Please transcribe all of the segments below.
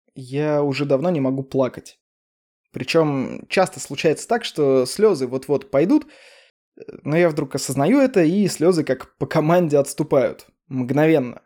Я уже давно не могу плакать. Причем часто случается так, что слезы вот-вот пойдут, но я вдруг осознаю это, и слезы как по команде отступают. Мгновенно.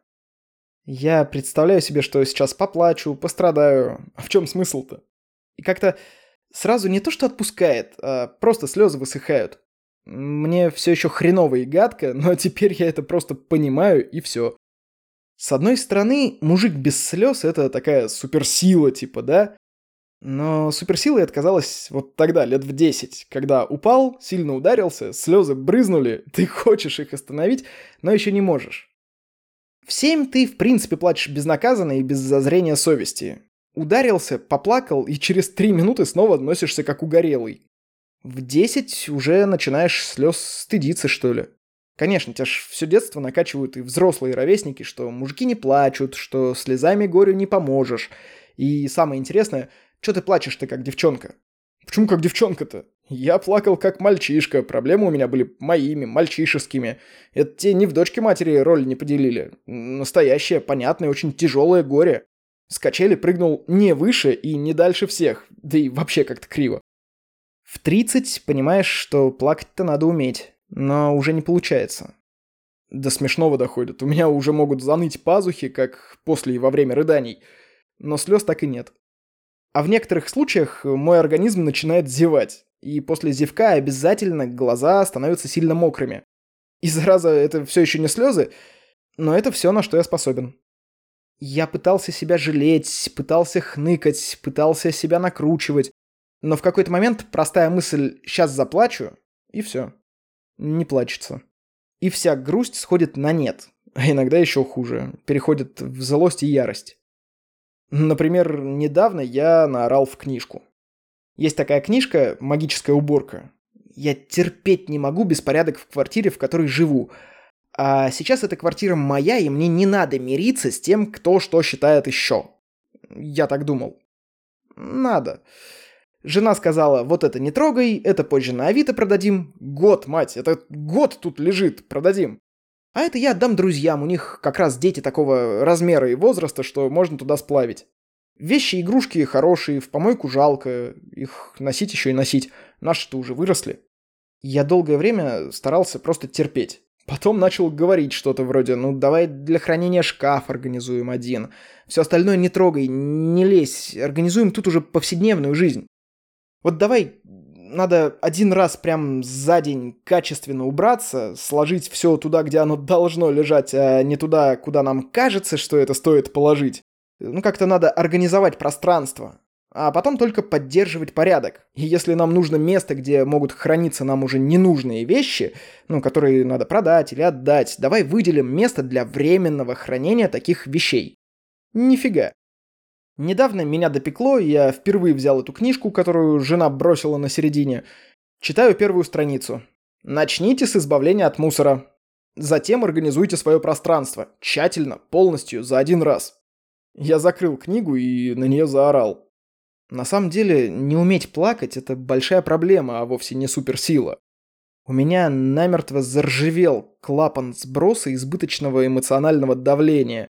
Я представляю себе, что сейчас поплачу, пострадаю. А в чем смысл-то? И как-то сразу не то, что отпускает, а просто слезы высыхают. Мне все еще хреново и гадко, но теперь я это просто понимаю, и все. С одной стороны, мужик без слез — это такая суперсила, типа, да? Но суперсилой отказалась вот тогда, лет в 10, когда упал, сильно ударился, слезы брызнули, ты хочешь их остановить, но еще не можешь. В 7 ты, в принципе, плачешь безнаказанно и без зазрения совести. Ударился, поплакал, и через 3 минуты снова носишься как угорелый. В 10 уже начинаешь слез стыдиться, что ли. Конечно, тебя ж все детство накачивают и взрослые ровесники, что мужики не плачут, что слезами горю не поможешь. И самое интересное, что ты плачешь-то как девчонка? Почему как девчонка-то? Я плакал как мальчишка, проблемы у меня были моими, мальчишескими. Это те ни в дочке матери роль не поделили. Настоящее, понятное, очень тяжелое горе. С качели прыгнул не выше и не дальше всех, да и вообще как-то криво. В 30 понимаешь, что плакать-то надо уметь, но уже не получается. До смешного доходит. У меня уже могут заныть пазухи, как после и во время рыданий, но слез так и нет. А в некоторых случаях мой организм начинает зевать, и после зевка обязательно глаза становятся сильно мокрыми. И зараза, это все еще не слезы, но это все, на что я способен. Я пытался себя жалеть, пытался хныкать, пытался себя накручивать, но в какой-то момент простая мысль «сейчас заплачу» и все. Не плачется. И вся грусть сходит на нет, а иногда еще хуже, переходит в злость и ярость. Например, недавно я наорал в книжку. Есть такая книжка «Магическая уборка». Я терпеть не могу беспорядок в квартире, в которой живу. А сейчас эта квартира моя, и мне не надо мириться с тем, кто что считает еще. Я так думал. Надо. Жена сказала, вот это не трогай, это позже на Авито продадим. Год, мать, это год тут лежит, продадим. А это я отдам друзьям, у них как раз дети такого размера и возраста, что можно туда сплавить. Вещи и игрушки хорошие, в помойку жалко, их носить еще и носить. Наши-то уже выросли. Я долгое время старался просто терпеть. Потом начал говорить что-то вроде, ну давай для хранения шкаф организуем один. Все остальное не трогай, не лезь, организуем тут уже повседневную жизнь. Вот давай, надо один раз прям за день качественно убраться, сложить все туда, где оно должно лежать, а не туда, куда нам кажется, что это стоит положить. Ну, как-то надо организовать пространство, а потом только поддерживать порядок. И если нам нужно место, где могут храниться нам уже ненужные вещи, ну, которые надо продать или отдать, давай выделим место для временного хранения таких вещей. Нифига. Недавно меня допекло, и я впервые взял эту книжку, которую жена бросила на середине. Читаю первую страницу. Начните с избавления от мусора. Затем организуйте свое пространство. Тщательно, полностью, за один раз. Я закрыл книгу и на нее заорал. На самом деле, не уметь плакать – это большая проблема, а вовсе не суперсила. У меня намертво заржавел клапан сброса избыточного эмоционального давления.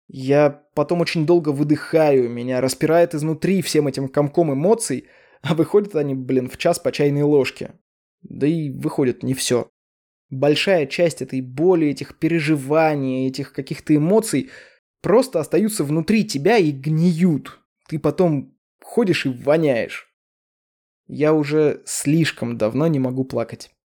Я потом очень долго выдыхаю, меня распирает изнутри всем этим комком эмоций, а выходят они, в час по чайной ложке. Да и выходит не все. Большая часть этой боли, этих переживаний, этих каких-то эмоций просто остаются внутри тебя и гниют. Ты потом ходишь и воняешь. Я уже слишком давно не могу плакать.